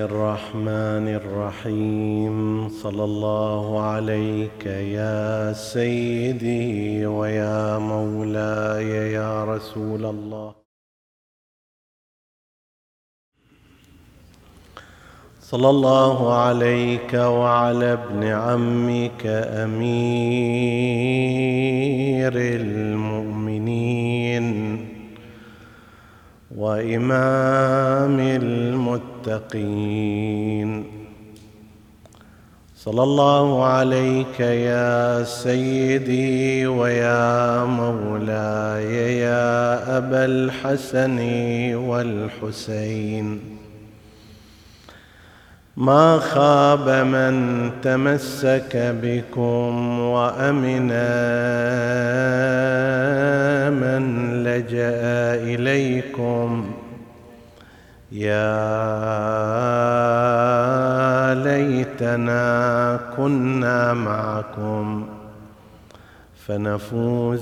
الرحمن الرحيم. صلى الله عليك يا سيدي ويا مولاي يا رسول الله. صلى الله عليك وعلى ابن عمك أمير المؤمنين وإمام المتقين. صلى الله عليك يا سيدي ويا مولاي يا أبا الحسن والحسين. ما خاب من تمسك بكم وأمن من لجأ إليكم. يا ليتنا كنا معكم فنفوز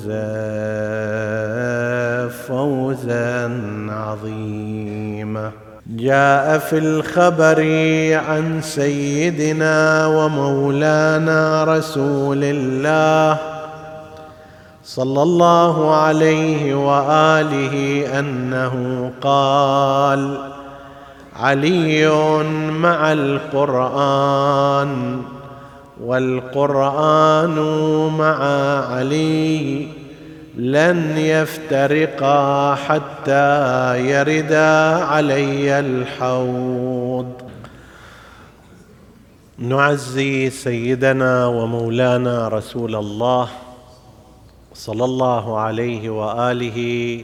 فوزا عظيما. جاء في الخبر عن سيدنا ومولانا رسول الله صلى الله عليه وآله أنه قال: علي مع القرآن والقرآن مع علي لن يفترقا حتى يردا علي الحوض. نعزي سيدنا ومولانا رسول الله صلى الله عليه وآله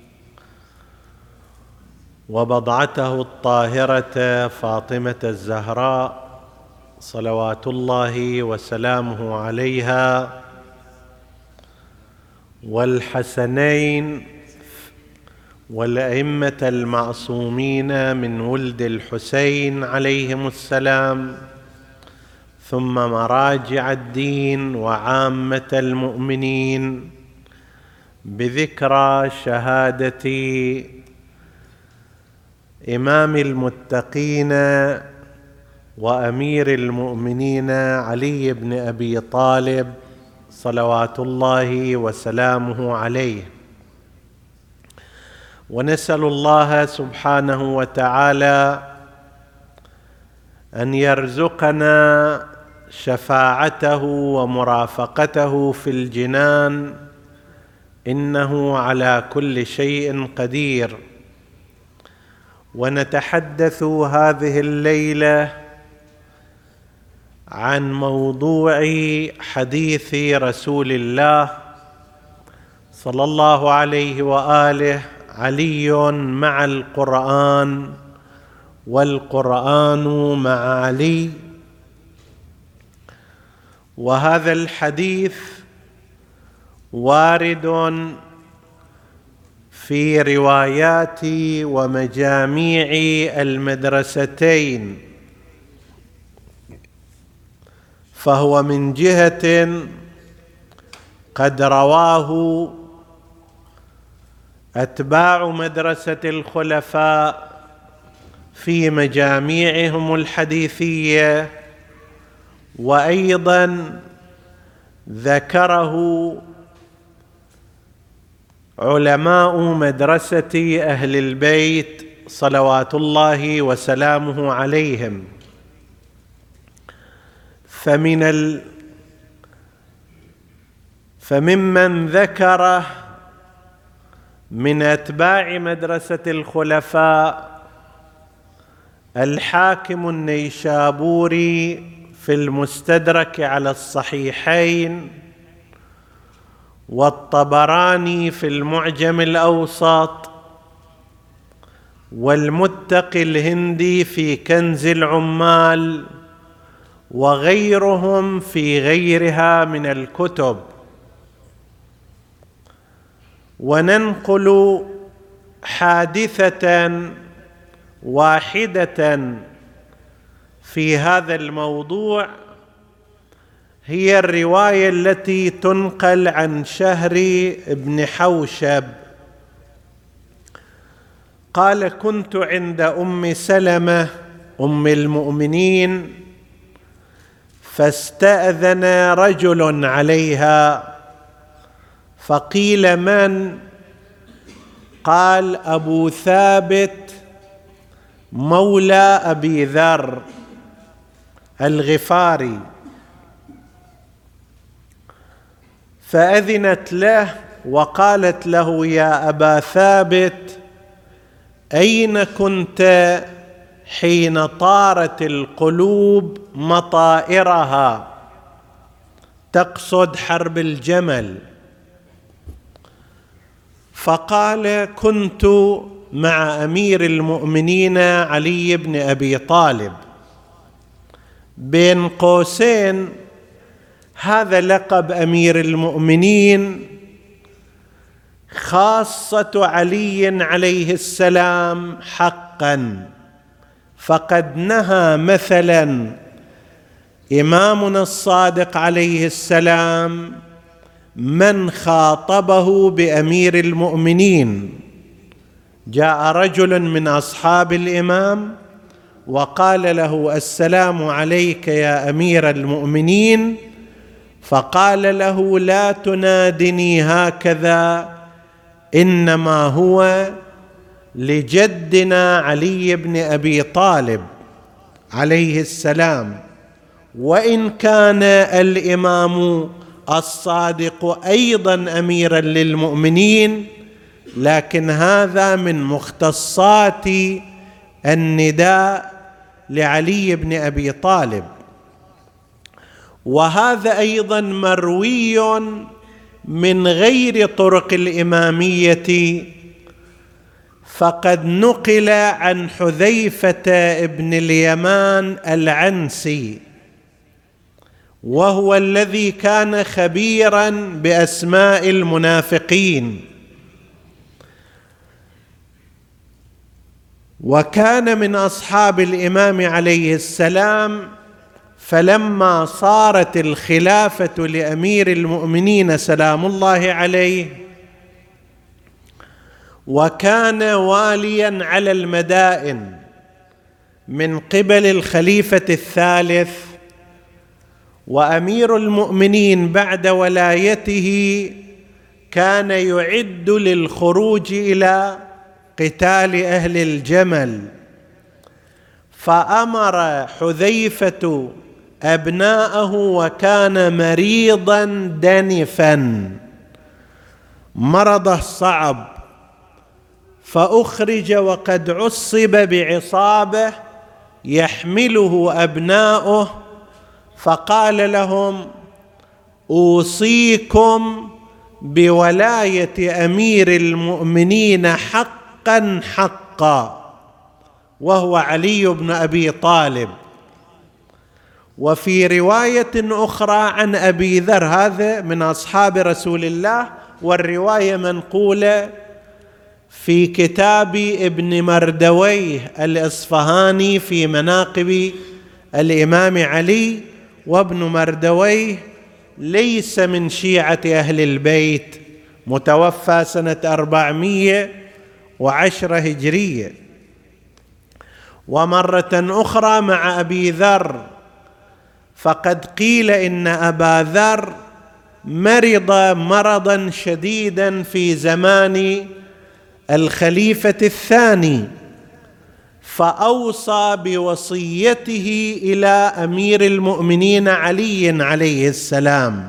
وبضعته الطاهرة فاطمة الزهراء صلوات الله وسلامه عليها، والحسنين والأئمة المعصومين من ولد الحسين عليهم السلام، ثم مراجع الدين وعامة المؤمنين، بذكرى شهادة إمام المتقين وأمير المؤمنين علي بن أبي طالب صلوات الله وسلامه عليه. ونسأل الله سبحانه وتعالى أن يرزقنا شفاعته ومرافقته في الجنان، إنه على كل شيء قدير. ونتحدث هذه الليلة عن موضوع حديث رسول الله صلى الله عليه وآله: علي مع القرآن والقرآن مع علي. وهذا الحديث وارد في روايات ومجاميع المدرستين، فهو من جهة قد رواه أتباع مدرسة الخلفاء في مجاميعهم الحديثية، وأيضا ذكره علماء مدرسة أهل البيت صلوات الله وسلامه عليهم. فممن ذكره من أتباع مدرسة الخلفاء الحاكم النيشابوري في المستدرك على الصحيحين، والطبراني في المعجم الأوسط، والمتقي الهندي في كنز العمال، وغيرهم في غيرها من الكتب. وننقل حادثة واحدة في هذا الموضوع، هي الرواية التي تنقل عن شهر بن حوشب قال: كنت عند أم سلمة أم المؤمنين، فاستأذن رجل عليها فقيل: من؟ قال: أبو ثابت مولى أبي ذر الغفاري. فأذنت له وقالت له: يا أبا ثابت، أين كنت حين طارت القلوب مطائرها؟ تقصد حرب الجمل. فقال: كنت مع أمير المؤمنين علي بن أبي طالب. بين قوسين، هذا لقب أمير المؤمنين خاصة علي عليه السلام حقا، فقد نهى مثلا إمامنا الصادق عليه السلام من خاطبه بأمير المؤمنين. جاء رجل من أصحاب الإمام وقال له: السلام عليك يا أمير المؤمنين. فقال له: لا تنادني هكذا، إنما هو لجدنا علي بن أبي طالب عليه السلام، وإن كان الإمام الصادق أيضا أميرا للمؤمنين، لكن هذا من مختصات النداء لعلي بن أبي طالب. وهذا أيضا مروي من غير طرق الإمامية، فقد نقل عن حذيفة ابن اليمان العنسي، وهو الذي كان خبيرا بأسماء المنافقين، وكان من أصحاب الإمام عليه السلام. فلما صارت الخلافة لأمير المؤمنين سلام الله عليه، وكان واليا على المدائن من قبل الخليفة الثالث، وأمير المؤمنين بعد ولايته كان يعد للخروج إلى قتال أهل الجمل، فأمر حذيفة أبناءه، وكان مريضا دنفا مرضه صعب، فأخرج وقد عصب بعصابة يحمله أبناؤه، فقال لهم: أوصيكم بولاية أمير المؤمنين حقا حقا، وهو علي بن أبي طالب. وفي رواية أخرى عن أبي ذر، هذا من أصحاب رسول الله، والرواية منقولة في كتاب ابن مردويه الإصفهاني في مناقب الإمام علي. وابن مردويه ليس من شيعة أهل البيت، متوفى سنة 410 هجرية. ومرة أخرى مع أبي ذر، فقد قيل إن أبا ذر مرض مرضا شديدا في زمان الخليفة الثاني، فأوصى بوصيته إلى أمير المؤمنين علي عليه السلام،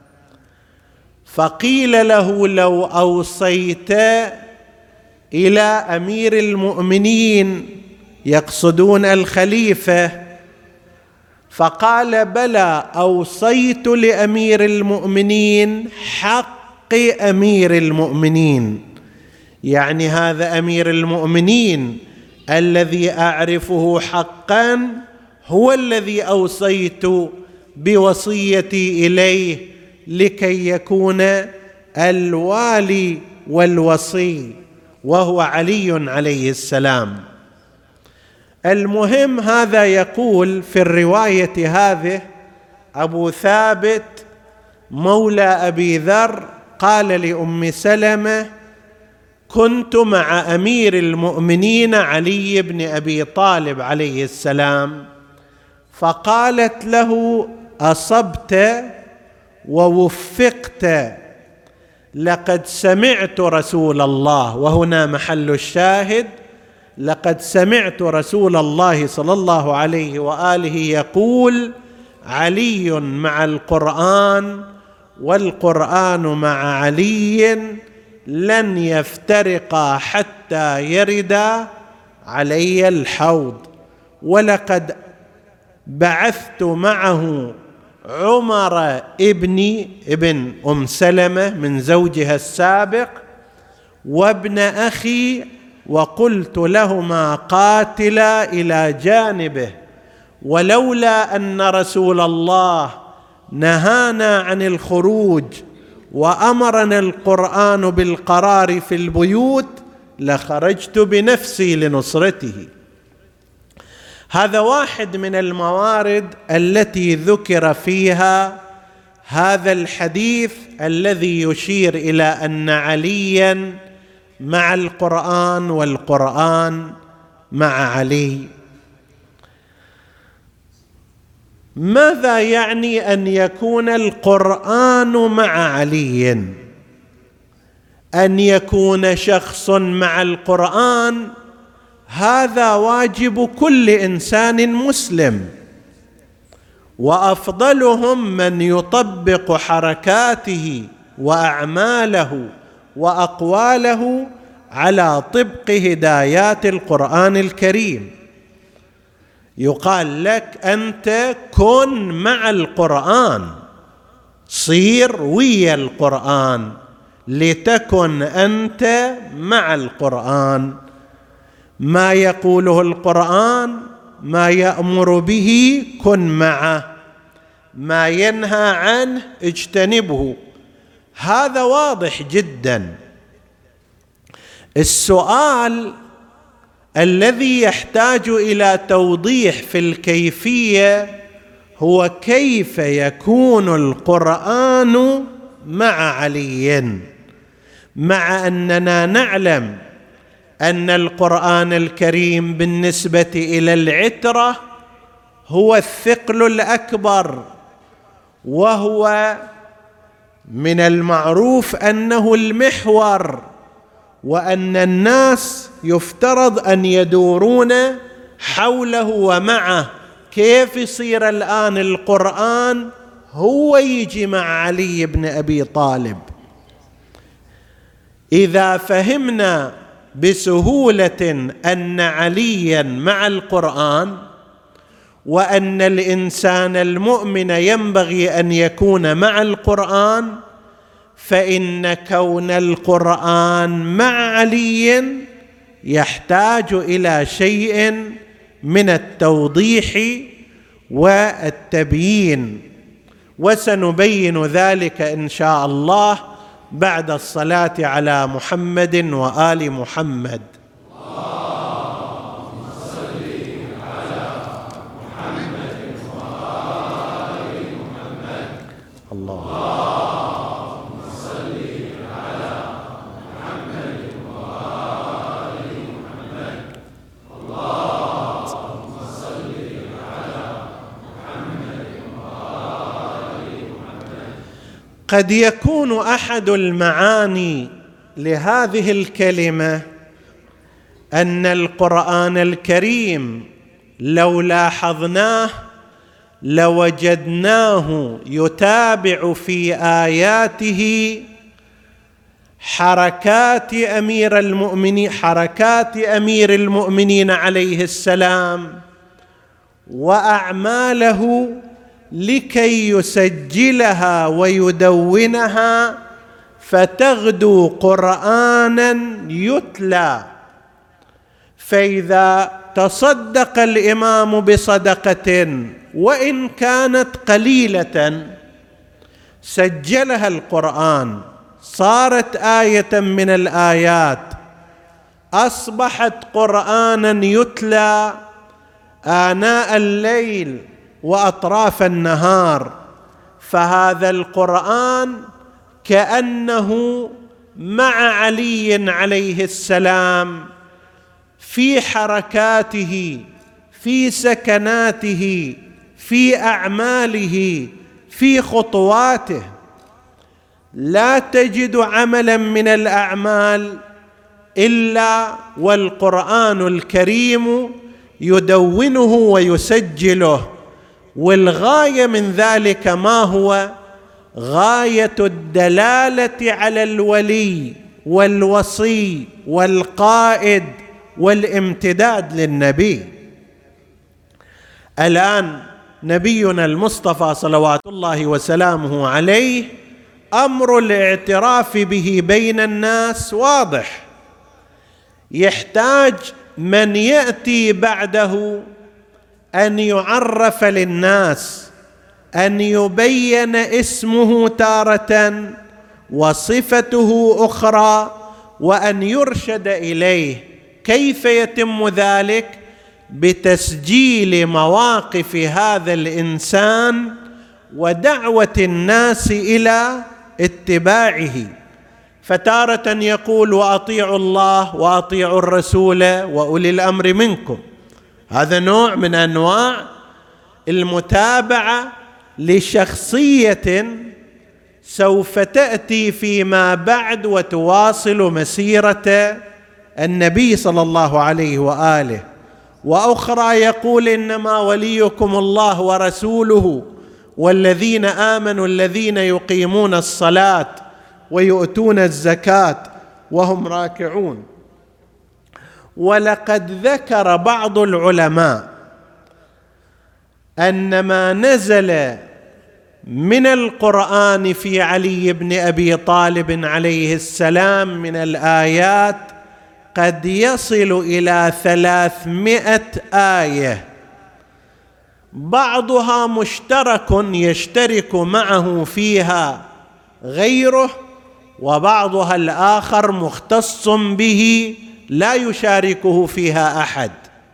فقيل له: لو أوصيت إلى أمير المؤمنين، يقصدون الخليفة، فقال: بلى، أوصيت لأمير المؤمنين حق أمير المؤمنين، يعني هذا أمير المؤمنين الذي أعرفه حقا هو الذي أوصيت بوصيتي إليه، لكي يكون الوالي والوصي، وهو علي عليه السلام. المهم، هذا يقول في الرواية هذه: أبو ثابت مولى أبي ذر قال لأم سلمة: كنت مع أمير المؤمنين علي بن أبي طالب عليه السلام، فقالت له: أصبت ووفقت، لقد سمعت رسول الله. وهنا محل الشاهد: لقد سمعت رسول الله صلى الله عليه وآله يقول: علي مع القرآن والقرآن مع علي، لن يفترقا حتى يردا علي الحوض. ولقد بعثت معه عمر ابن أم سلمة من زوجها السابق وابن أخي، وقلت لهما قاتلا إلى جانبه، ولولا أن رسول الله نهانا عن الخروج وأمرنا القرآن بالقرار في البيوت لخرجت بنفسي لنصرته. هذا واحد من الموارد التي ذكر فيها هذا الحديث الذي يشير إلى أن عليا مع القرآن والقرآن مع علي. ماذا يعني أن يكون القرآن مع علي؟ أن يكون شخص مع القرآن هذا واجب كل إنسان مسلم، وأفضلهم من يطبق حركاته وأعماله وأقواله على طبق هدايات القرآن الكريم. يقال لك: أنت كن مع القرآن، صير ويا القرآن، لتكن أنت مع القرآن. ما يقوله القرآن، ما يأمر به كن معه، ما ينهى عنه اجتنبه. هذا واضح جدا. السؤال الذي يحتاج إلى توضيح في الكيفية هو: كيف يكون القرآن مع علي، مع أننا نعلم أن القرآن الكريم بالنسبة إلى العترة هو الثقل الأكبر، وهو من المعروف أنه المحور، وأن الناس يفترض أن يدورون حوله ومعه. كيف يصير الآن القرآن هو يجي مع علي بن أبي طالب؟ إذا فهمنا بسهولة أن عليا مع القرآن، وأن الإنسان المؤمن ينبغي أن يكون مع القرآن، فإن كون القرآن مع علي يحتاج إلى شيء من التوضيح والتبيين، وسنبين ذلك إن شاء الله بعد الصلاة على محمد وآل محمد. اللهم صل على محمد وآل محمد. اللهم صل على محمد وآل محمد. اللهم صل على محمد وآل محمد. قد يكون أحد المعاني لهذه الكلمة أن القرآن الكريم لو لاحظناه لوجدناه يتابع في آياته حركات أمير المؤمنين عليه السلام وأعماله، لكي يسجلها ويدونها فتغدو قرآنا يتلى. فإذا تصدق الإمام بصدقة وإن كانت قليلة سجلها القرآن، صارت آية من الآيات، أصبحت قرآنا يتلى آناء الليل وأطراف النهار. فهذا القرآن كأنه مع علي عليه السلام في حركاته، في سكناته، في أعماله، في خطواته. لا تجد عملا من الأعمال إلا والقرآن الكريم يدونه ويسجله. والغاية من ذلك ما هو؟ غاية الدلالة على الولي والوصي والقائد والامتداد للنبي. الآن نبينا المصطفى صلوات الله وسلامه عليه أمر الاعتراف به بين الناس واضح، يحتاج من يأتي بعده أن يعرف للناس، أن يبين اسمه تارة وصفته أخرى، وأن يرشد إليه. كيف يتم ذلك؟ بتسجيل مواقف هذا الإنسان ودعوة الناس إلى اتباعه. فتارة يقول وأطيعوا الله وأطيعوا الرسول وأولي الأمر منكم، هذا نوع من أنواع المتابعة لشخصية سوف تأتي فيما بعد وتواصل مسيرة النبي صلى الله عليه وآله. وأخرى يقول إنما وليكم الله ورسوله والذين آمنوا الذين يقيمون الصلاة ويؤتون الزكاة وهم راكعون. ولقد ذكر بعض العلماء أن ما نزل من القرآن في علي بن أبي طالب عليه السلام من الآيات قد يصل إلى 300 آية، بعضها مشترك يشترك معه فيها غيره، وبعضها الآخر مختص به لا يشاركه فيها أحد.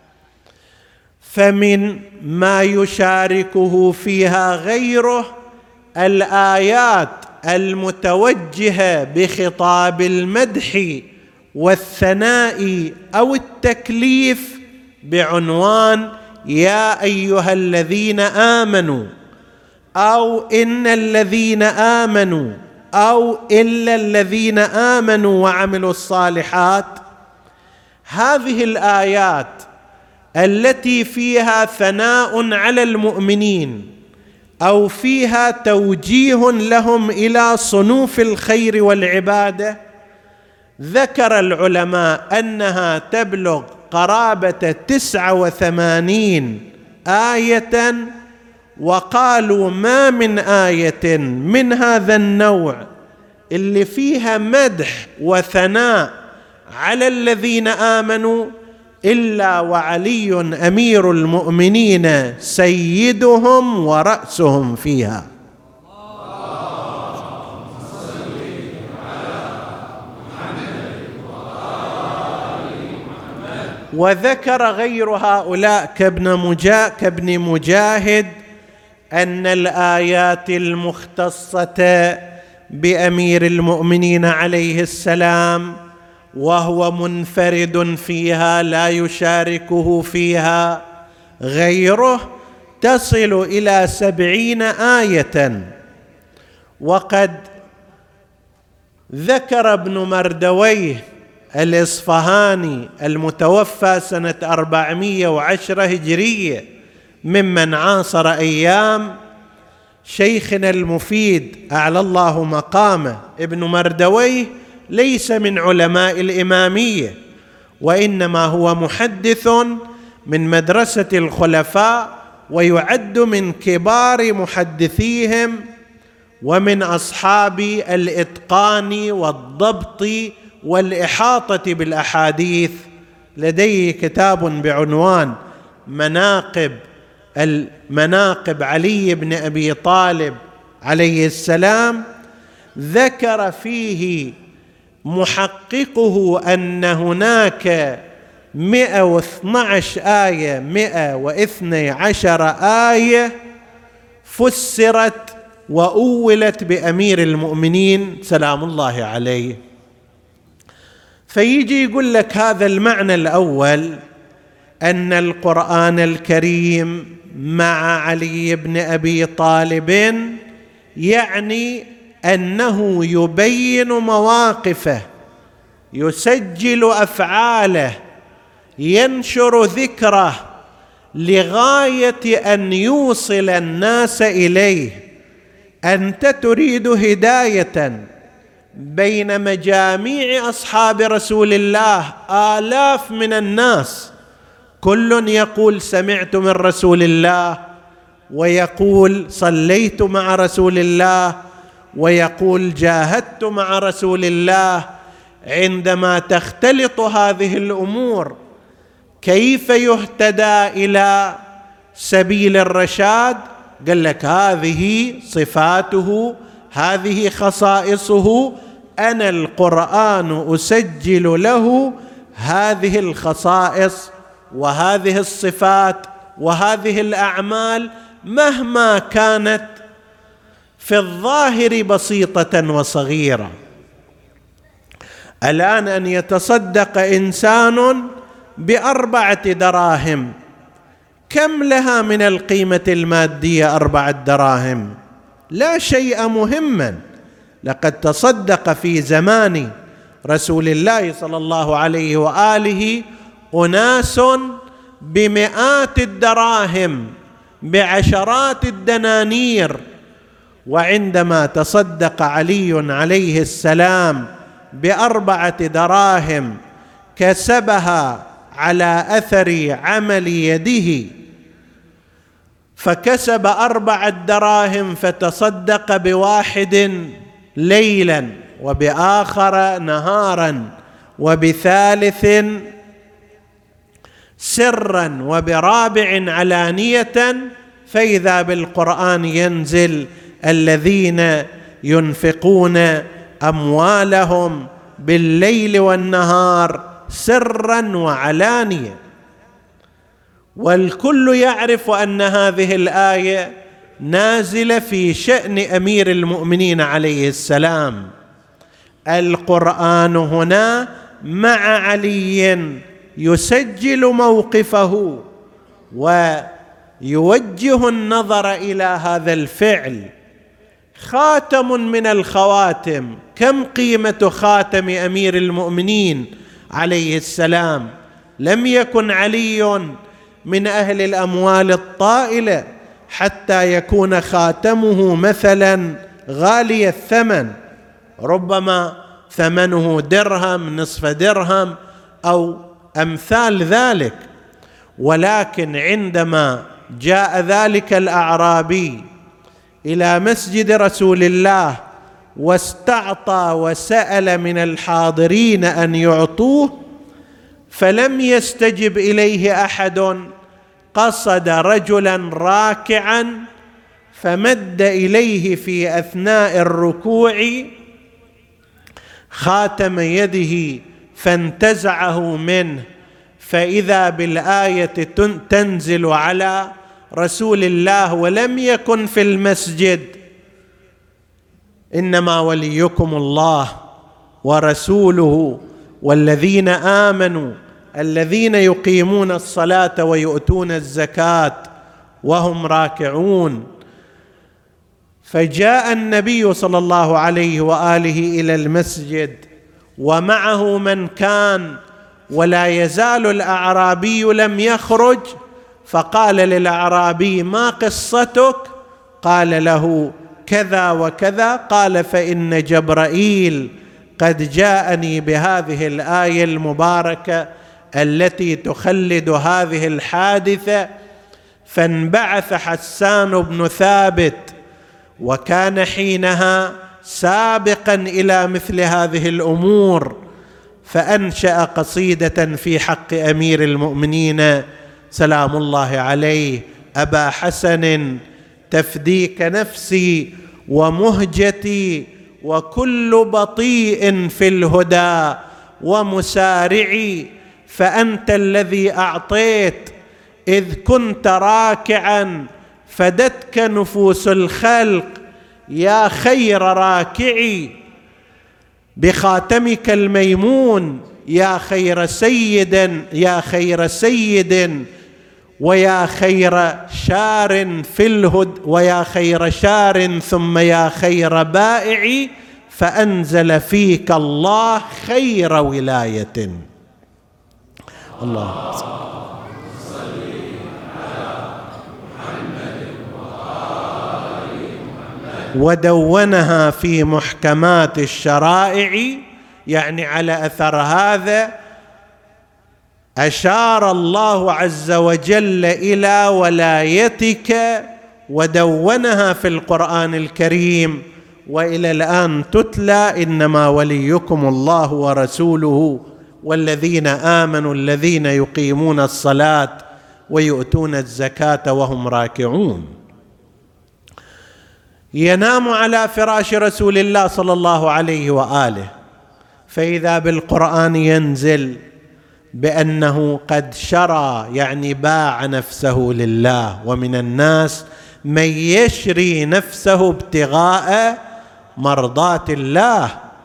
فمن ما يشاركه فيها غيره الآيات المتوجهة بخطاب المدح والثناء أو التكليف بعنوان يا أيها الذين آمنوا، أو إن الذين آمنوا، أو إلا الذين آمنوا وعملوا الصالحات. هذه الآيات التي فيها ثناء على المؤمنين أو فيها توجيه لهم إلى صنوف الخير والعبادة، ذكر العلماء أنها تبلغ قرابة 89 آية، وقالوا ما من آية من هذا النوع اللي فيها مدح وثناء على الذين آمنوا إلا وعلي أمير المؤمنين سيدهم ورأسهم فيها. وذكر غير هؤلاء كابن مجاهد أن الآيات المختصة بأمير المؤمنين عليه السلام وهو منفرد فيها لا يشاركه فيها غيره تصل إلى 70 آية. وقد ذكر ابن مردويه الإصفهاني المتوفى سنة 410 هجرية ممن عاصر أيام شيخنا المفيد أعلى الله مقامه، ابن مردويه ليس من علماء الإمامية، وإنما هو محدث من مدرسة الخلفاء، ويعد من كبار محدثيهم ومن أصحاب الإتقان والضبط والإحاطة بالأحاديث. لديه كتاب بعنوان مناقب علي بن أبي طالب عليه السلام، ذكر فيه محققه أن هناك 112 آية 112 آية فسرت وأولت بأمير المؤمنين سلام الله عليه. فيجي يقول لك هذا المعنى الأول، أن القرآن الكريم مع علي بن أبي طالب يعني أنه يبين مواقفه، يسجل أفعاله، ينشر ذكره، لغاية أن يوصل الناس إليه. أنت تريد هداية بين مجاميع أصحاب رسول الله، آلاف من الناس، كل يقول سمعت من رسول الله، ويقول صليت مع رسول الله، ويقول جاهدت مع رسول الله. عندما تختلط هذه الأمور كيف يهتدى إلى سبيل الرشاد؟ قال لك هذه صفاته، هذه خصائصه، أنا القرآن أسجل له هذه الخصائص وهذه الصفات وهذه الأعمال، مهما كانت في الظاهر بسيطة وصغيرة. الآن أن يتصدق إنسان ب4 دراهم، كم لها من القيمة المادية 4 دراهم؟ لا شيء مهما. لقد تصدق في زمان رسول الله صلى الله عليه وآله أناس ب100 الدراهم، ب10 الدنانير. وعندما تصدق علي عليه السلام ب4 دراهم كسبها على أثر عمل يده، فكسب 4 دراهم فتصدق ب1 ليلا، وبآخر نهارا، وب3 سرا، وب4 علانية. فإذا بالقرآن ينزل الذين ينفقون أموالهم بالليل والنهار سرا وعلانية. والكل يعرف أن هذه الآية نازلة في شأن أمير المؤمنين عليه السلام. القرآن هنا مع علي يسجل موقفه ويوجه النظر إلى هذا الفعل. خاتم من الخواتم، كم قيمة خاتم أمير المؤمنين عليه السلام؟ لم يكن علي من أهل الأموال الطائلة حتى يكون خاتمه مثلا غالي الثمن، ربما ثمنه درهم، نصف درهم، أو أمثال ذلك. ولكن عندما جاء ذلك الأعرابي إلى مسجد رسول الله واستعطى وسأل من الحاضرين أن يعطوه، فلم يستجب إليه أحد، قصد رجلا راكعا فمد إليه في أثناء الركوع خاتم يده فانتزعه منه، فإذا بالآية تنزل على رسول الله ولم يكن في المسجد: إنما وليكم الله ورسوله والذين آمنوا الذين يقيمون الصلاة ويؤتون الزكاة وهم راكعون. فجاء النبي صلى الله عليه وآله إلى المسجد ومعه من كان، ولا يزال الأعرابي لم يخرج، فقال للأعرابي: ما قصتك؟ قال له: كذا وكذا. قال: فإن جبرائيل قد جاءني بهذه الآية المباركة التي تخلد هذه الحادثة. فانبعث حسان بن ثابت، وكان حينها سابقا إلى مثل هذه الأمور، فأنشأ قصيدة في حق أمير المؤمنين سلام الله عليه: أبا حسن تفديك نفسي ومهجتي، وكل بطيء في الهدى ومسارعي، فأنت الذي أعطيت إذ كنت راكعا فدتك نفوس الخلق، يا خير راكعي بخاتمك الميمون، يا خير سيد يا خير سيد ويا خير شار في الهد ويا خير شار ثم يا خير بائع، فأنزل فيك الله خير ولاية. الله ودونها في محكمات الشرائع، يعني على أثر هذا أشار الله عز وجل إلى ولايتك ودونها في القرآن الكريم، وإلى الآن تتلى: إنما وليكم الله ورسوله والذين آمنوا الذين يقيمون الصلاة ويؤتون الزكاة وهم راكعون. ينام على فراش رسول الله صلى الله عليه وآله، فإذا بالقرآن ينزل بأنه قد شرى، يعني باع نفسه لله، ومن الناس من يشري نفسه ابتغاء مرضات الله.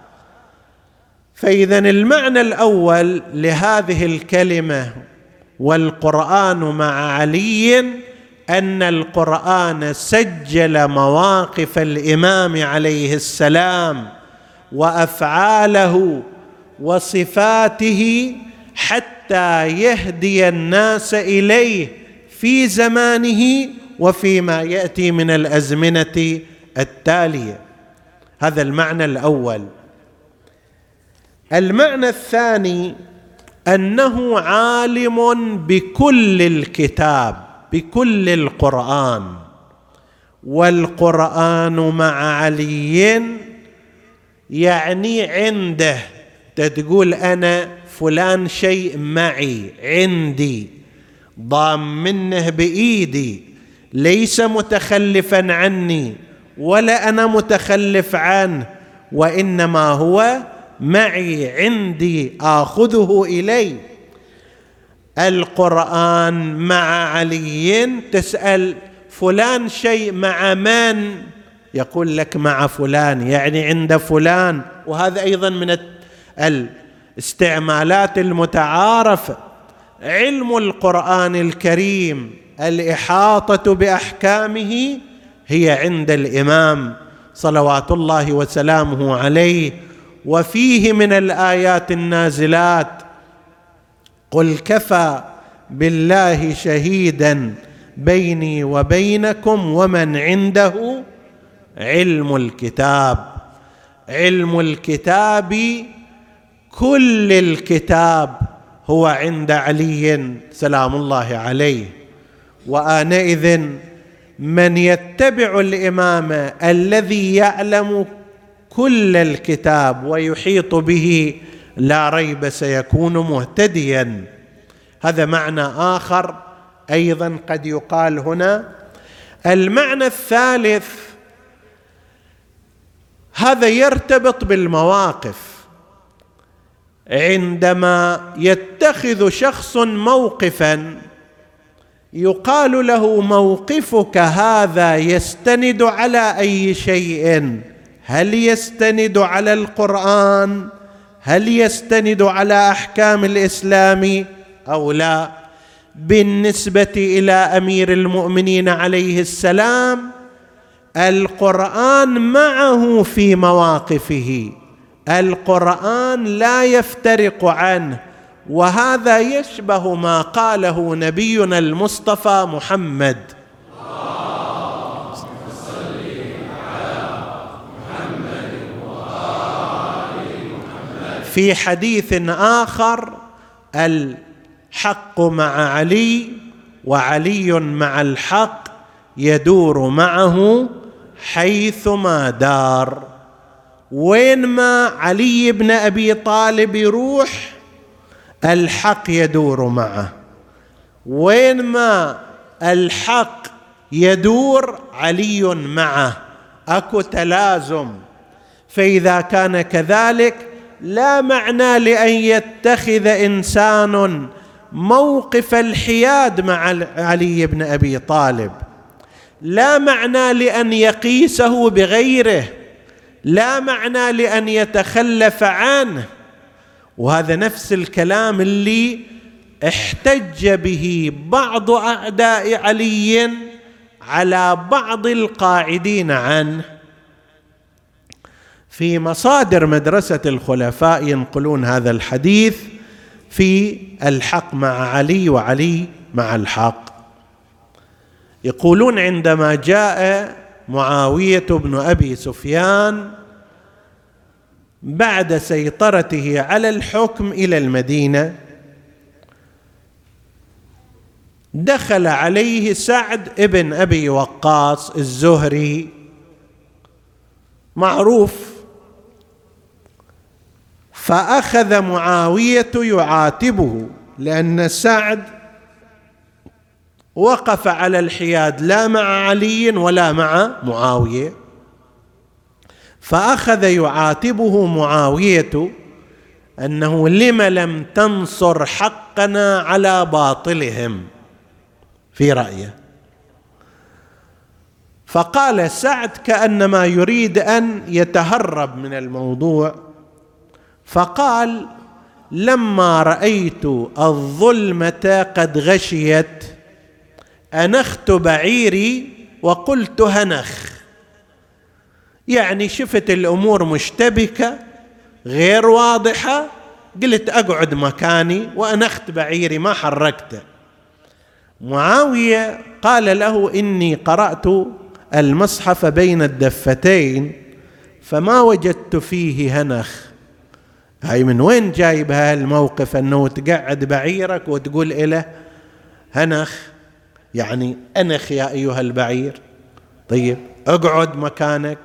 فإذا المعنى الأول لهذه الكلمة والقرآن مع علي أن القرآن سجل مواقف الإمام عليه السلام وأفعاله وصفاته حتى يهدي الناس إليه في زمانه وفيما يأتي من الأزمنة التالية. هذا المعنى الأول. المعنى الثاني أنه عالم بكل الكتاب، بكل القرآن، والقرآن مع علي يعني عنده. تقول أنا فلان شيء معي عندي ضامنه بإيدي، ليس متخلفا عني ولا أنا متخلف عنه، وإنما هو معي عندي آخذه إلي. القرآن مع علي. تسأل فلان شيء مع من؟ يقول لك مع فلان، يعني عند فلان. وهذا أيضا من الاستعمالات المتعارفة. علم القرآن الكريم الإحاطة بأحكامه هي عند الإمام صلوات الله وسلامه عليه. وفيه من الآيات النازلات: قل كفى بالله شهيدا بيني وبينكم ومن عنده علم الكتاب. علم الكتاب كل الكتاب هو عند علي سلام الله عليه. وآنئذ من يتبع الإمام الذي يعلم كل الكتاب ويحيط به لا ريب سيكون مهتديا. هذا معنى آخر أيضا قد يقال هنا. المعنى الثالث هذا يرتبط بالمواقف. عندما يتخذ شخص موقفا يقال له: موقفك هذا يستند على أي شيء؟ هل يستند على القرآن؟ هل يستند على أحكام الإسلام أو لا؟ بالنسبة إلى أمير المؤمنين عليه السلام القرآن معه في مواقفه، القرآن لا يفترق عنه. وهذا يشبه ما قاله نبينا المصطفى محمد في حديث آخر: الحق مع علي وعلي مع الحق يدور معه حيثما دار. وين ما علي بن أبي طالب يروح الحق يدور معه، وين ما الحق يدور علي معه، أكو تلازم. فإذا كان كذلك لا معنى لأن يتخذ إنسان موقف الحياد مع علي بن أبي طالب، لا معنى لأن يقيسه بغيره، لا معنى لأن يتخلف عنه. وهذا نفس الكلام اللي احتج به بعض أعداء علي على بعض القاعدين عنه. في مصادر مدرسة الخلفاء ينقلون هذا الحديث في الحق مع علي وعلي مع الحق. يقولون عندما جاء معاوية بن أبي سفيان بعد سيطرته على الحكم إلى المدينة، دخل عليه سعد ابن أبي وقاص الزهري معروف، فأخذ معاوية يعاتبه لأن سعد وقف على الحياد لا مع علي ولا مع معاوية، فأخذ يعاتبه معاوية أنه لم لم تنصر حقنا على باطلهم في رأيه. فقال سعد كأنما يريد أن يتهرب من الموضوع، فقال: لما رأيت الظلمة قد غشيت أنخت بعيري وقلت هنخ، يعني شفت الأمور مشتبكة غير واضحة، قلت أقعد مكاني وأنخت بعيري ما حركته. معاوية قال له: إني قرأت المصحف بين الدفتين فما وجدت فيه هنخ. هاي من وين جايب هالموقف أنه تقعد بعيرك وتقول إله هنخ؟ يعني أنخ يا أيها البعير، طيب أقعد مكانك.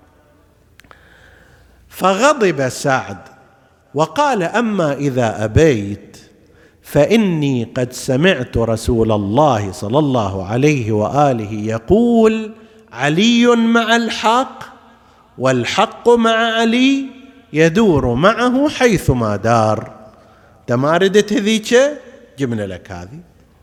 فغضب سعد وقال: أما إذا أبيت فإني قد سمعت رسول الله صلى الله عليه وآله يقول: علي مع الحق والحق مع علي يدور معه حيثما دار. تماردت هذيك جبنا لك هذه.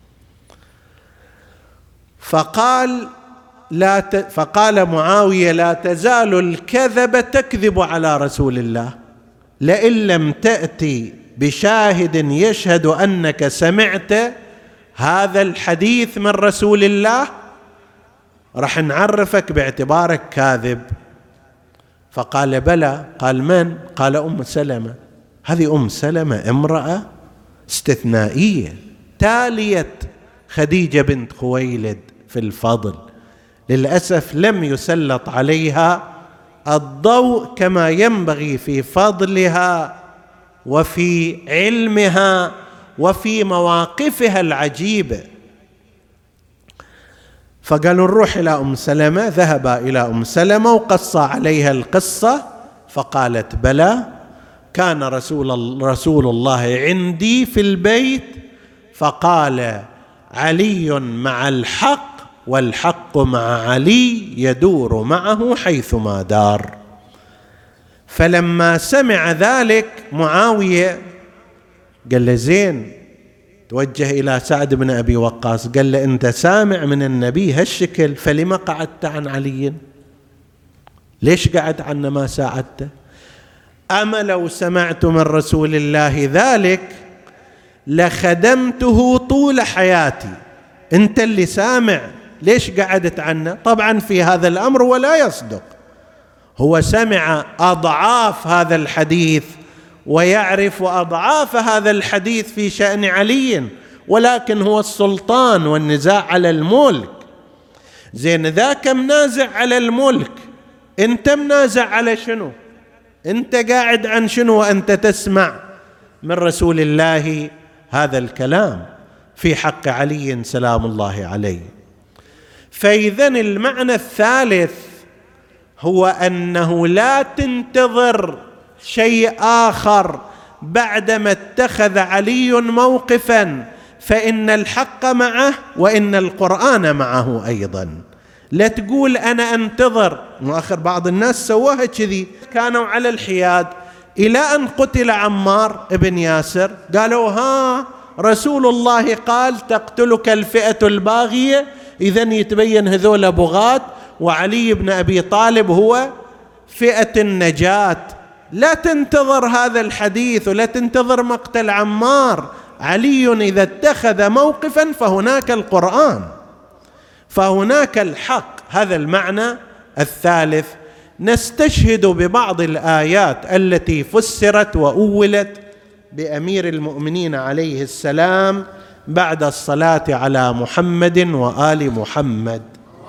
فقال معاوية: لا تزال الكذبة تكذب على رسول الله، لئن لم تأتي بشاهد يشهد أنك سمعت هذا الحديث من رسول الله راح نعرفك باعتبارك كاذب. فقال: بلى. قال: من؟ قال: أم سلمة. هذه أم سلمة امرأة استثنائية تالية خديجة بنت خويلد في الفضل، للأسف لم يسلط عليها الضوء كما ينبغي في فضلها وفي علمها وفي مواقفها العجيبة. فقالوا نروح إلى أم سلمة. ذهبا إلى أم وقص عليها القصة، فقالت: بلى، كان رسول الله عندي في البيت فقال: علي مع الحق والحق مع علي يدور معه حيثما دار. فلما سمع ذلك معاوية قال له: زين. توجه إلى سعد بن أبي وقاص قال له: أنت سامع من النبي هالشكل، فلما قعدت عن علي؟ ليش قعد عنه ما ساعدته؟ أما لو سمعت من رسول الله ذلك لخدمته طول حياتي. أنت اللي سامع، ليش قعدت عنه؟ طبعا في هذا الأمر ولا يصدق، هو سمع أضعاف هذا الحديث ويعرف أضعاف هذا الحديث في شأن علي، ولكن هو السلطان والنزاع على الملك. زين، ذاك منازع على الملك، أنت منازع على شنو؟ أنت قاعد عن شنو وأنت تسمع من رسول الله هذا الكلام في حق علي سلام الله عليه؟ فإذن المعنى الثالث هو أنه لا تنتظر شيء آخر بعدما اتخذ علي موقفا، فإن الحق معه وإن القرآن معه أيضا. لا تقول أنا أنتظر، وآخر بعض الناس سواها كذي، كانوا على الحياد إلى أن قتل عمار بن ياسر، قالوا ها رسول الله قال تقتلك الفئة الباغية، إذن يتبين هذول بغاة، وعلي بن أبي طالب هو فئة النجاة. لا تنتظر هذا الحديث ولا تنتظر مقتل عمار. علي إذا اتخذ موقفا فهناك القرآن، فهناك الحق. هذا المعنى الثالث. نستشهد ببعض الآيات التي فسرت وأولت بأمير المؤمنين عليه السلام بعد الصلاة على محمد وآل محمد.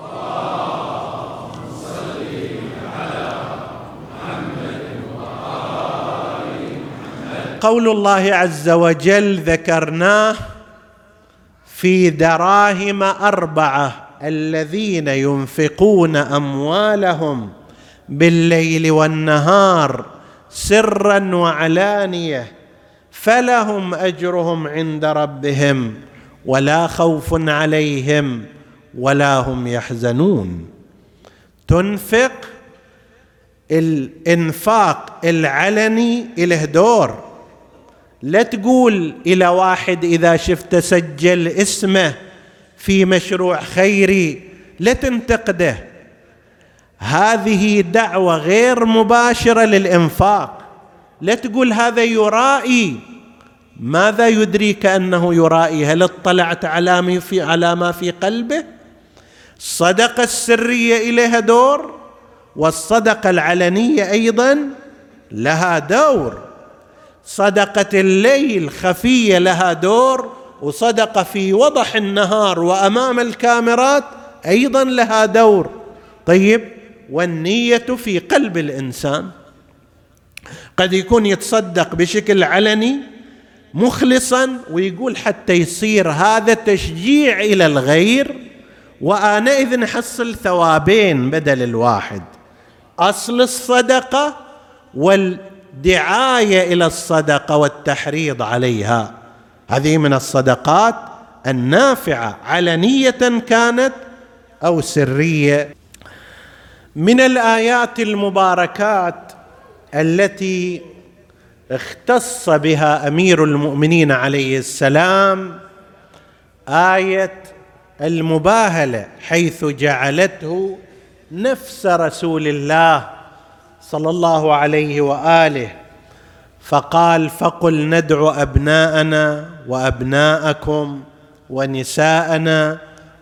قول الله عز وجل ذكرناه في دراهم 4 الذين ينفقون أموالهم بالليل والنهار سرا وعلانية فلهم أجرهم عند ربهم ولا خوف عليهم ولا هم يحزنون. تنفق، الإنفاق العلني له دور. لا تقول إلى واحد إذا شفت سجل اسمه في مشروع خيري لا تنتقده، هذه دعوة غير مباشرة للإنفاق. لا تقول هذا يرائي، ماذا يدريك أنه يرائي؟ هل اطلعت على ما في قلبه؟ الصدقة السرية إليها دور، والصدقة العلنية أيضا لها دور. صدقة الليل خفية لها دور، وصدقة في وضح النهار وأمام الكاميرات أيضا لها دور. طيب، والنية في قلب الإنسان. قد يكون يتصدق بشكل علني مخلصا ويقول حتى يصير هذا تشجيع إلى الغير، وآنئذ نحصل ثوابين بدل الواحد: أصل الصدقة والدعاية إلى الصدقة والتحريض عليها. هذه من الصدقات النافعة علنية كانت أو سرية. من الآيات المباركات التي اختص بها أمير المؤمنين عليه السلام آية المباهلة، حيث جعلته نفس رسول الله صلى الله عليه وآله، فقال: فقل ندعو أبناءنا وأبناءكم ونساءنا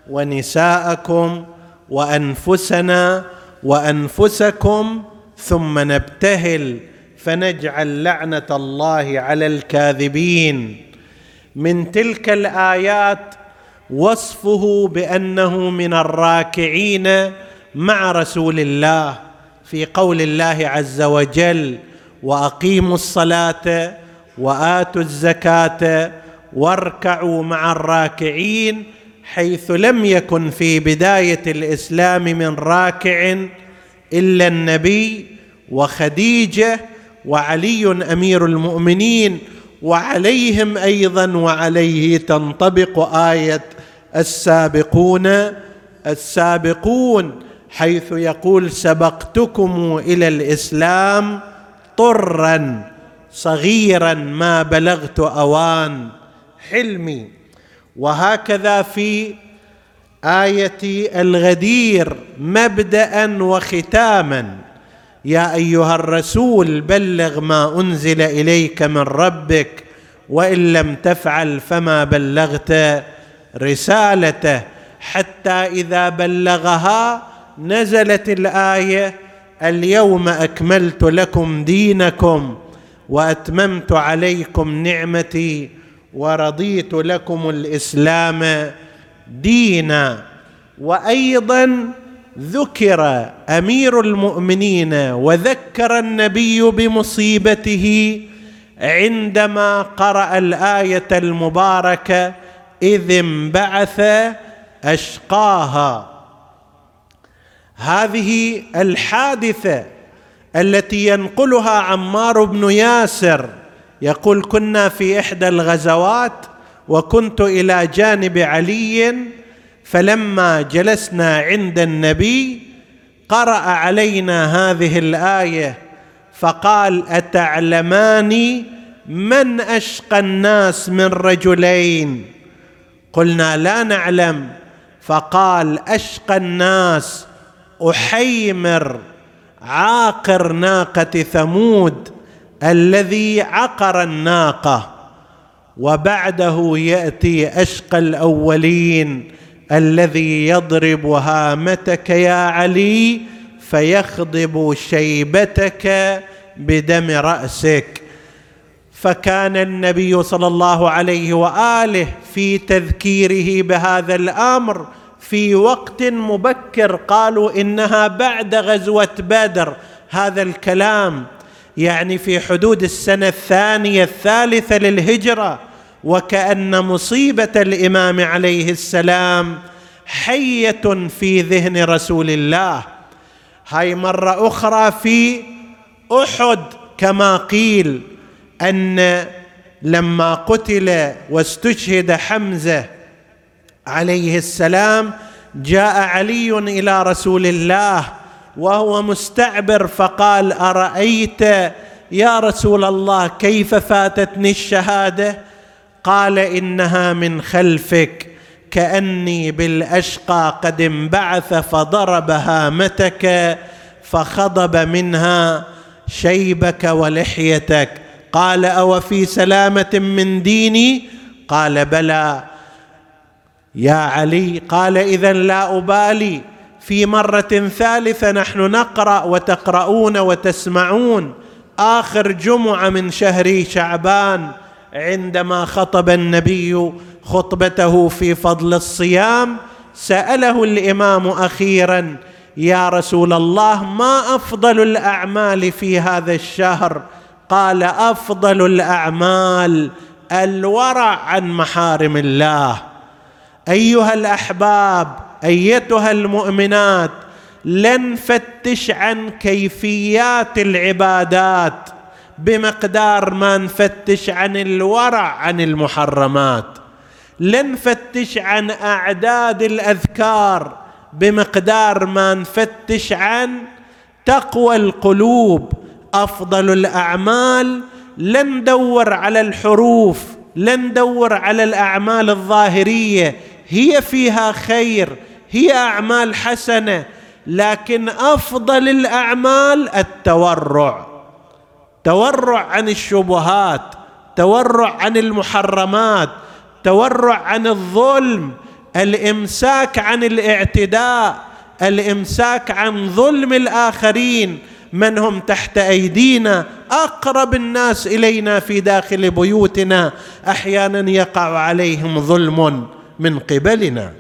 ونساءكم وأنفسنا وأنفسكم ثم نبتهل فنجعل لعنة الله على الكاذبين. من تلك الآيات وصفه بأنه من الراكعين مع رسول الله في قول الله عز وجل: وأقيموا الصلاة وآتوا الزكاة واركعوا مع الراكعين، حيث لم يكن في بداية الإسلام من راكع إلا النبي وخديجة وعلي أمير المؤمنين، وعليهم أيضا وعليه تنطبق آية السابقون، حيث يقول: سبقتكم إلى الإسلام طرا صغيرا ما بلغت أوان حلمي. وهكذا في آية الغدير مبدأ وختاما: يا أيها الرسول بلغ ما أنزل إليك من ربك وإن لم تفعل فما بلغت رسالته. حتى إذا بلغها نزلت الآية: اليوم أكملت لكم دينكم وأتممت عليكم نعمتي ورضيت لكم الإسلام دينا. وأيضا ذكر أمير المؤمنين وذكر النبي بمصيبته عندما قرأ الآية المباركة: إذ انبعث أشقاها. هذه الحادثة التي ينقلها عمار بن ياسر، يقول: كنا في إحدى الغزوات وكنت إلى جانب علي، فلما جلسنا عند النبي قرأ علينا هذه الآية فقال: أتعلمان من أشقى الناس من رجلين؟ قلنا: لا نعلم. فقال: أشقى الناس أحيمر عاقر ناقة ثمود الذي عقر الناقة، وبعده يأتي أشقى الأولين الذي يضرب هامتك يا علي فيخضب شيبتك بدم رأسك. فكان النبي صلى الله عليه وآله في تذكيره بهذا الأمر في وقت مبكر، قالوا إنها بعد غزوة بدر، هذا الكلام يعني في حدود السنة الثانية الثالثة للهجرة، وكأن مصيبة الإمام عليه السلام حية في ذهن رسول الله. هاي مرة أخرى في أحد كما قيل، أن لما قتل واستشهد حمزة عليه السلام جاء علي إلى رسول الله وهو مستعبر فقال: أرأيت يا رسول الله كيف فاتتني الشهادة؟ قال: إنها من خلفك، كأني بالأشقى قد انبعث فضرب هامتك فخضب منها شيبك ولحيتك. قال: أو في سلامة من ديني؟ قال: بلى يا علي. قال: إذن لا أبالي. في مرة ثالثة نحن نقرأ وتقرؤون وتسمعون آخر جمعة من شهر شعبان عندما خطب النبي خطبته في فضل الصيام، سأله الإمام أخيرا: يا رسول الله ما أفضل الأعمال في هذا الشهر؟ قال: أفضل الأعمال الورع عن محارم الله. أيها الأحباب، أيتها المؤمنات، لن نفتش عن كيفيات العبادات بمقدار ما نفتش عن الورع عن المحرمات، لن نفتش عن أعداد الأذكار بمقدار ما نفتش عن تقوى القلوب. أفضل الأعمال لن ندور على الحروف، لن ندور على الأعمال الظاهرية، هي فيها خير، هي أعمال حسنة، لكن أفضل الأعمال التورع، تورع عن الشبهات، تورع عن المحرمات، تورع عن الظلم، الإمساك عن الاعتداء، الإمساك عن ظلم الآخرين من هم تحت أيدينا، أقرب الناس إلينا في داخل بيوتنا أحيانا يقع عليهم ظلم من قبلنا.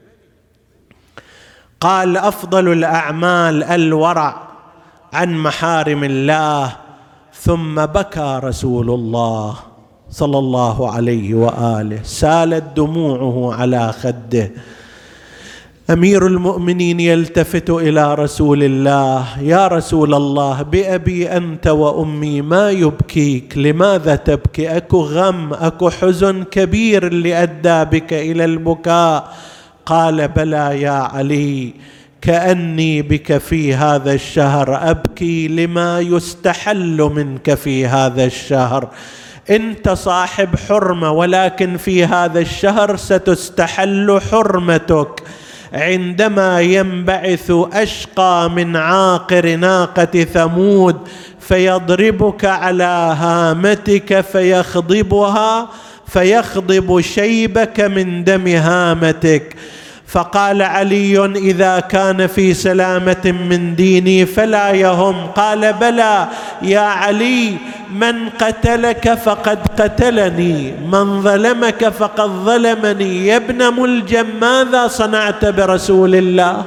قال: أفضل الأعمال الورع عن محارم الله. ثم بكى رسول الله صلى الله عليه وآله، سالت دموعه على خده. أمير المؤمنين يلتفت إلى رسول الله: يا رسول الله، بأبي أنت وأمي ما يبكيك؟ لماذا تبكي؟ أكو غم، أكو حزن كبير اللي أدى بك إلى البكاء؟ قال: بلى يا علي، كأني بك في هذا الشهر أبكي لما يستحل منك في هذا الشهر. أنت صاحب حرمة، ولكن في هذا الشهر ستستحل حرمتك عندما ينبعث أشقى من عاقر ناقة ثمود فيضربك على هامتك فيخضبها، فيخضب شيبك من دم هامتك. فقال علي: إذا كان في سلامة من ديني فلا يهم. قال: بلى يا علي، من قتلك فقد قتلني، من ظلمك فقد ظلمني. يا ابن ملجم، ماذا صنعت برسول الله؟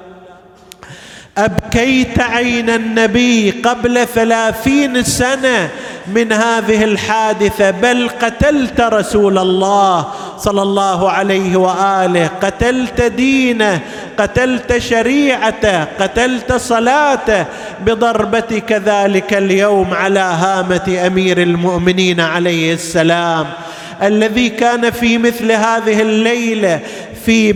أبكيت عين النبي قبل 30 سنة من هذه الحادثة، بل قتلت رسول الله صلى الله عليه وآله، قتلت دينه، قتلت شريعته، قتلت صلاته بضربتك ذلك اليوم على هامة أمير المؤمنين عليه السلام، الذي كان في مثل هذه الليلة في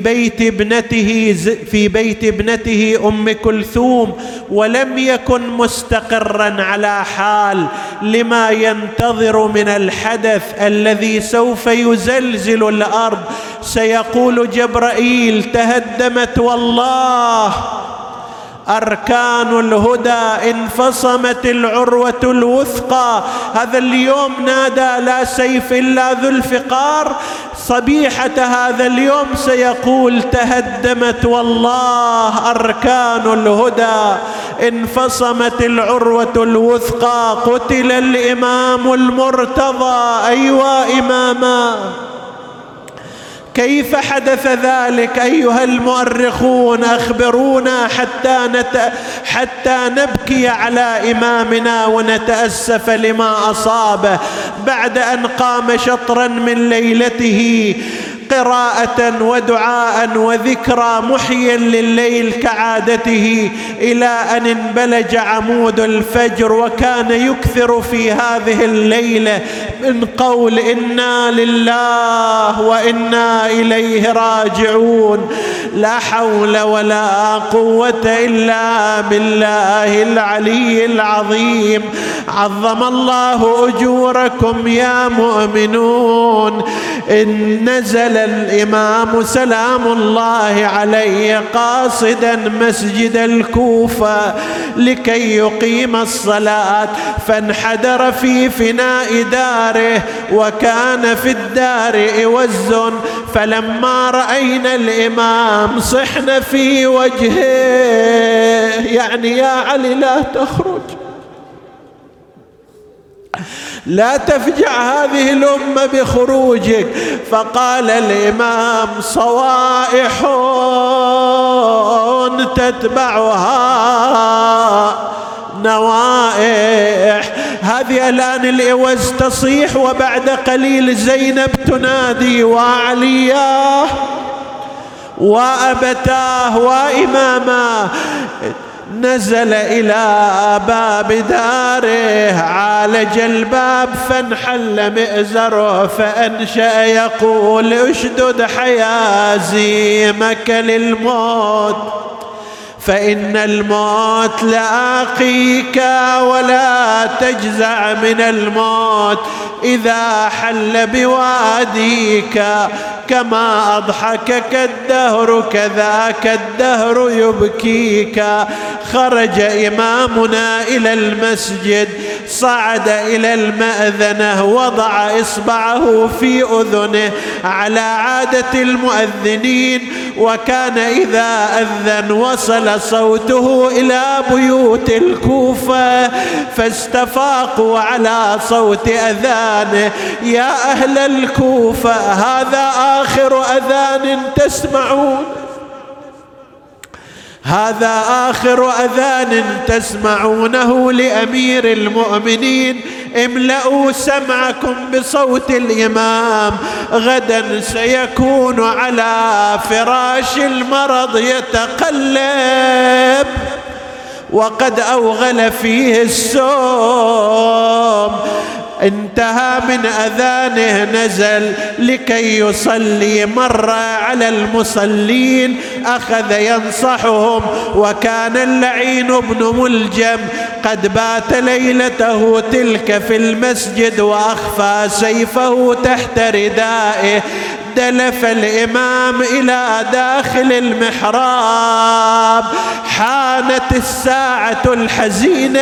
بيت ابنته أم كلثوم، ولم يكن مستقرا على حال لما ينتظر من الحدث الذي سوف يزلزل الأرض. سيقول جبرائيل: تهدمت والله أركان الهدى انفصمت العروة الوثقى. هذا اليوم نادى لا سيف إلا ذو الفقار، صبيحة هذا اليوم سيقول تهدمت والله أركان الهدى، انفصمت العروة الوثقى، قتل الإمام المرتضى. أيوا إماما، كيف حدث ذلك أيها المؤرخون؟ أخبرونا حتى نبكي على إمامنا ونتأسف لما أصابه بعد أن قام شطرا من ليلته قراءة ودعاء وذكرى محيا لليل كعادته، إلى أن انبلج عمود الفجر، وكان يكثر في هذه الليلة من قول إنا لله وإنا إليه راجعون، لا حول ولا قوة إلا بالله العلي العظيم. عظم الله أجوركم يا مؤمنون. إن نزل الإمام سلام الله عليه قاصدا مسجد الكوفة لكي يقيم الصلاة، فانحدر في فناء داره، وكان في الدار إوز، فلما رأينا الإمام صحن في وجهه، يعني يا علي لا تخرج، لا تفجع هذه الأمة بخروجك. فقال الإمام صوائح تتبعها نوائح. هذه الآن الإوز تصيح، وبعد قليل زينب تنادي وعلياه وأبتاه وإماما. نزل إلى باب داره، عالج الباب فانحل مئزره، فأنشأ يقول اشدد حيازيمك للموت، فإن الموت لاقيك، ولا تجزع من الموت إذا حل بواديك، كما أضحكك الدهر كذاك الدهر يبكيك. خرج إمامنا إلى المسجد، صعد إلى المأذنة، وضع إصبعه في أذنه على عادة المؤذنين، وكان إذا أذن وصل صوته إلى بيوت الكوفة فاستفاقوا على صوت أذانه. يا أهل الكوفة، هذا آخر أذان تسمعون، هذا آخر أذان تسمعونه لأمير المؤمنين، املأوا سمعكم بصوت الإمام، غدا سيكون على فراش المرض يتقلب، وقد أوغل فيه السوم. انتهى من أذانه، نزل لكي يصلي، مر على المصلين أخذ ينصحهم، وكان اللعين بن ملجم قد بات ليلته تلك في المسجد، وأخفى سيفه تحت ردائه. دلف الإمام إلى داخل المحراب، حانت الساعة الحزينة.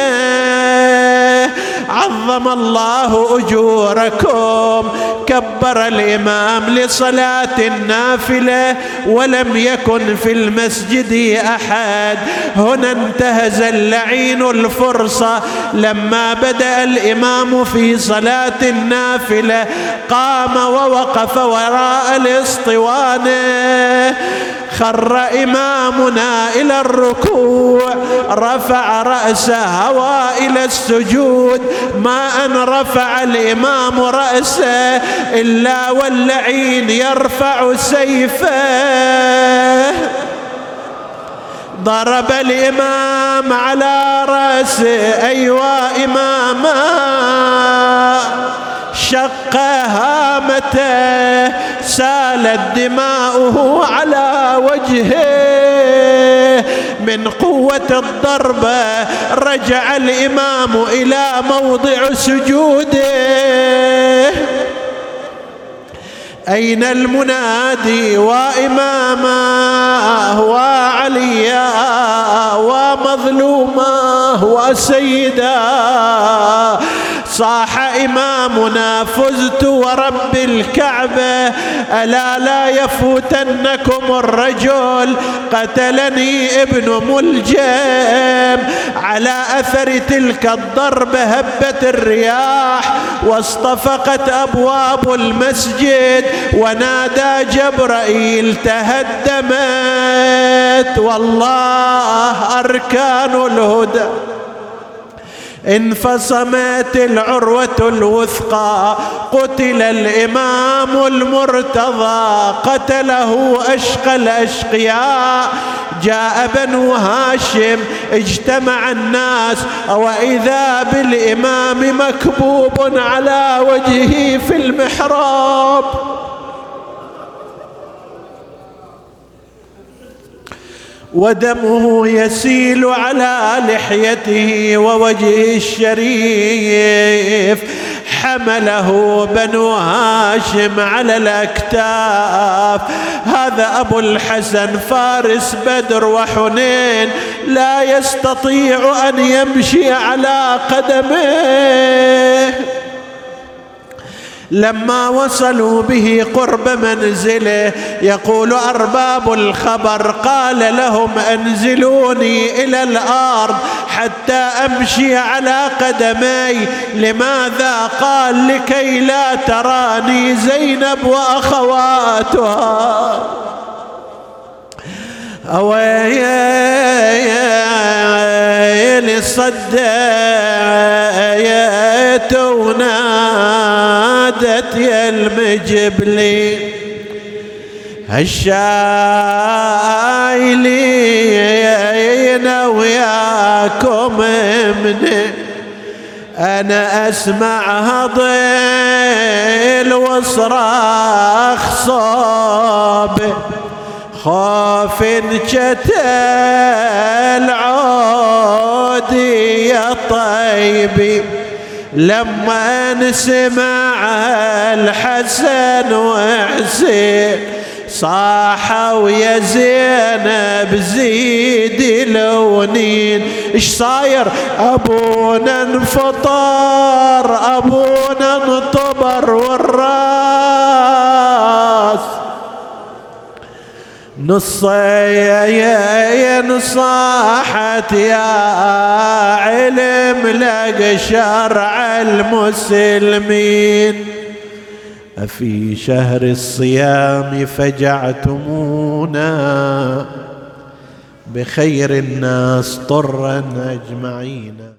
عظم الله أجوركم. كبر الإمام لصلاة النافلة، ولم يكن في المسجد أحد. هنا انتهز اللعين الفرصة، لما بدأ الإمام في صلاة النافلة قام ووقف وراء الاسطوانة. خر إمامنا إلى الركوع، رفع رأسه هوى إلى السجود، ما أن رفع الإمام رأسه إلا واللعين يرفع سيفه. ضرب الإمام على رأسه، أيوا إماما، شق هامته، سالت دماؤه على وجهه من قوة الضربة. رجع الإمام إلى موضع سجوده. أين المنادي؟ وإماما وعليا وسيدا. صاح إمامنا فزت ورب الكعبة ألا لا يفوتنكم الرجل قتلني ابن ملجم. على أثر تلك الضربة هبت الرياح واصطفقت أبواب المسجد ونادى جبرائيل تهدمت والله أركان الهدى. انفصمت العروة الوثقى قتل الإمام المرتضى قتله أشقى الأشقياء. جاء بنو هاشم اجتمع الناس وإذا بالإمام مكبوب على وجهه في المحراب ودمه يسيل على لحيته ووجهه الشريف. حمله بنو هاشم على الأكتاف. هذا أبو الحسن فارس بدر وحنين لا يستطيع أن يمشي على قدميه. لما وصلوا به قرب منزله يقول أرباب الخبر قال لهم أنزلوني إلى الأرض حتى أمشي على قدمي. لماذا؟ قال لكي لا تراني زينب وأخواتها. أويلي صديت ونادت يا المجبلي هالشايلين وياكم مني أنا أسمعها ضيل وصراخ صوب خوف انجتل عودي يا طيبي. لما نسمع الحسن وحسين صاحوا يا زينب زيدي لونين. ايش صاير؟ ابونا انفطر ابونا انطبر والراس نصين صاحت يا علم لك شرع المسلمين. أفي شهر الصيام فجعتمونا بخير الناس طرا أجمعين.